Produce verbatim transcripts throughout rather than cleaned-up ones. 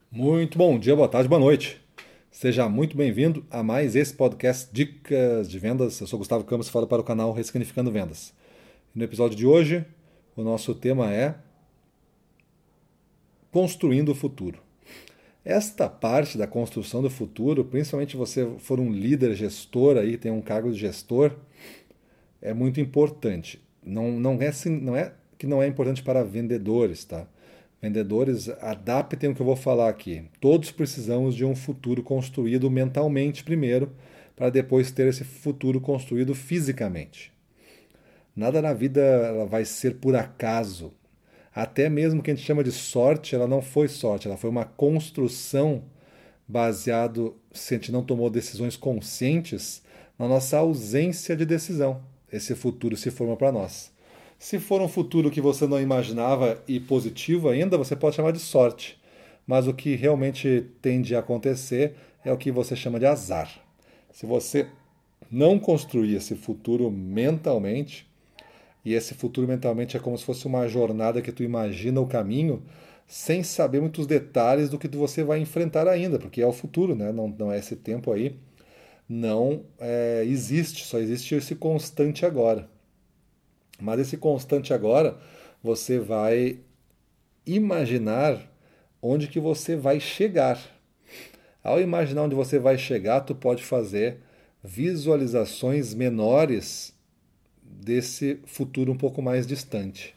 Muito bom dia, boa tarde, boa noite. Seja muito bem-vindo a mais esse podcast Dicas de Vendas. Eu sou Gustavo Campos e falo para o canal Ressignificando Vendas. No episódio de hoje, o nosso tema é Construindo o Futuro. Esta parte da construção do futuro, principalmente se você for um líder gestor aí, tem um cargo de gestor, é muito importante. Não, não, é, assim- não é que não é importante para vendedores, tá? Vendedores, adaptem o que eu vou falar aqui. Todos precisamos de um futuro construído mentalmente primeiro, para depois ter esse futuro construído fisicamente. Nada na vida ela vai ser por acaso. Até mesmo o que a gente chama de sorte, ela não foi sorte, ela foi uma construção baseado, se a gente não tomou decisões conscientes, na nossa ausência de decisão. Esse futuro se forma para nós. Se for um futuro que você não imaginava e positivo ainda, você pode chamar de sorte. Mas o que realmente tende a acontecer é o que você chama de azar. Se você não construir esse futuro mentalmente, e esse futuro mentalmente é como se fosse uma jornada que tu imagina o caminho, sem saber muitos detalhes do que você vai enfrentar ainda, porque é o futuro, né? Não, não é esse tempo aí, não é, existe, só existe esse constante agora. Mas esse constante agora, você vai imaginar onde que você vai chegar. Ao imaginar onde você vai chegar, tu pode fazer visualizações menores desse futuro um pouco mais distante.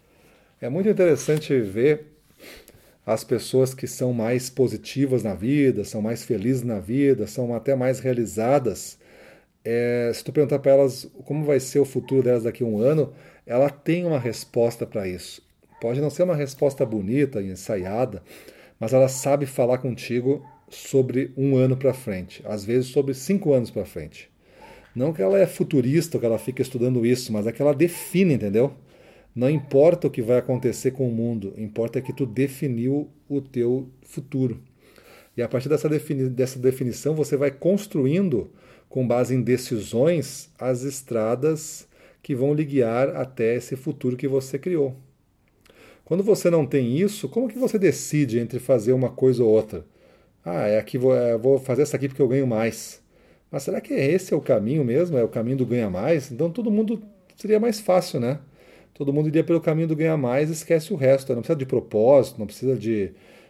É muito interessante ver as pessoas que são mais positivas na vida, são mais felizes na vida, são até mais realizadas. É, se tu perguntar para elas como vai ser o futuro delas daqui a um ano, ela tem uma resposta para isso. Pode não ser uma resposta bonita e ensaiada, mas ela sabe falar contigo sobre um ano para frente, às vezes sobre cinco anos para frente. Não que ela é futurista, que ela fica estudando isso, mas é que ela define, entendeu? Não importa o que vai acontecer com o mundo, importa que tu definiu o teu futuro. E a partir dessa, defini dessa definição, você vai construindo, com base em decisões, as estradas que vão lhe guiar até esse futuro que você criou. Quando você não tem isso, como que você decide entre fazer uma coisa ou outra? Ah, é aqui, vou, é, vou fazer essa aqui porque eu ganho mais. Mas será que esse é o caminho mesmo? É o caminho do ganha mais? Então todo mundo seria mais fácil, né? Todo mundo iria pelo caminho do ganha mais e esquece o resto. Não precisa de propósito, não precisa de,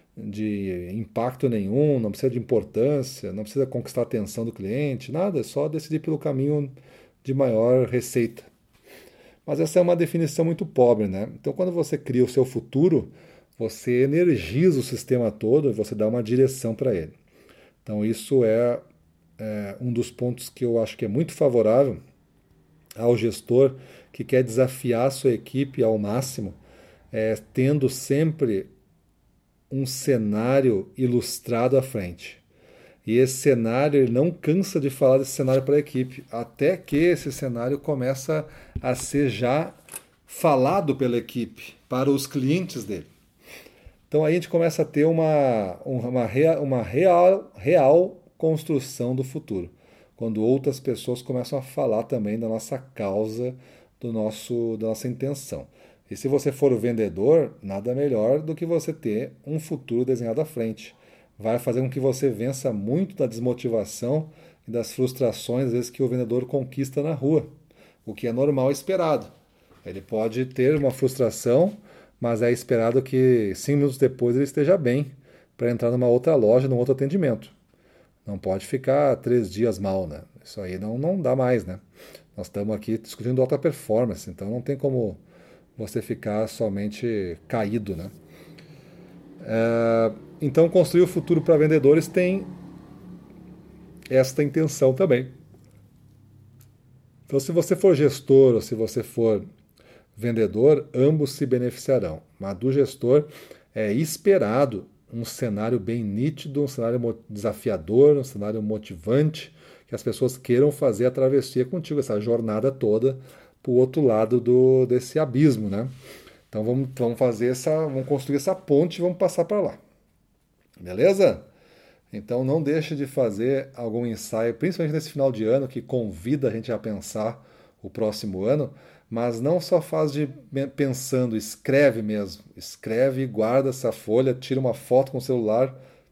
de impacto nenhum, não precisa de importância, não precisa conquistar a atenção do cliente, nada, é só decidir pelo caminho de maior receita. Mas essa é uma definição muito pobre, né? Então, quando você cria o seu futuro, você energiza o sistema todo e você dá uma direção para ele. Então, isso é, é um dos pontos que eu acho que é muito favorável ao gestor que quer desafiar a sua equipe ao máximo, é, tendo sempre um cenário ilustrado à frente. E esse cenário, ele não cansa de falar desse cenário para a equipe, até que esse cenário começa a ser já falado pela equipe, para os clientes dele. Então aí a gente começa a ter uma, uma, rea- uma real, real construção do futuro, quando outras pessoas começam a falar também da nossa causa, do nosso, da nossa intenção. E se você for o vendedor, nada melhor do que você ter um futuro desenhado à frente. Vai fazer com que você vença muito da desmotivação e das frustrações, às vezes, que o vendedor conquista na rua, o que é normal e esperado. Ele pode ter uma frustração, mas é esperado que cinco minutos depois ele esteja bem para entrar numa outra loja, num outro atendimento. Não pode ficar três dias mal, né? Isso aí não, não dá mais, né? Nós estamos aqui discutindo alta performance, então não tem como você ficar somente caído, né? É, então, construir o futuro para vendedores tem esta intenção também. Então, se você for gestor ou se você for vendedor, ambos se beneficiarão. Mas do gestor é esperado um cenário bem nítido, um cenário desafiador, um cenário motivante, que as pessoas queiram fazer a travessia contigo, essa jornada toda para o outro lado do, desse abismo, né? Então vamos, vamos fazer essa, vamos construir essa ponte e vamos passar para lá. Beleza? Então não deixe de fazer algum ensaio, principalmente nesse final de ano, que convida a gente a pensar o próximo ano, mas não só faz de pensando, escreve mesmo. Escreve, guarda essa folha, tira uma foto com o celular,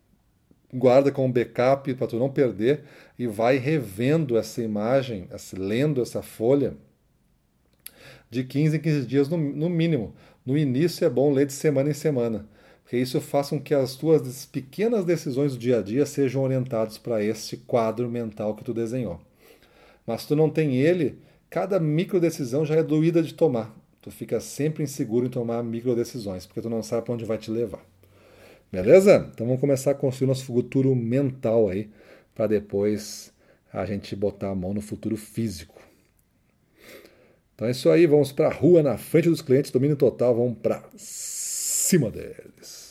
guarda como backup para tu não perder e vai revendo essa imagem, lendo essa folha de quinze em quinze dias no, no mínimo. No início é bom ler de semana em semana, porque isso faz com que as tuas pequenas decisões do dia a dia sejam orientadas para esse quadro mental que tu desenhou. Mas se tu não tem ele, cada micro decisão já é doída de tomar. Tu fica sempre inseguro em tomar micro decisões, porque tu não sabe para onde vai te levar. Beleza? Então vamos começar a construir nosso futuro mental aí, para depois a gente botar a mão no futuro físico. Então é isso aí, vamos para a rua na frente dos clientes, domínio total, vamos para cima deles.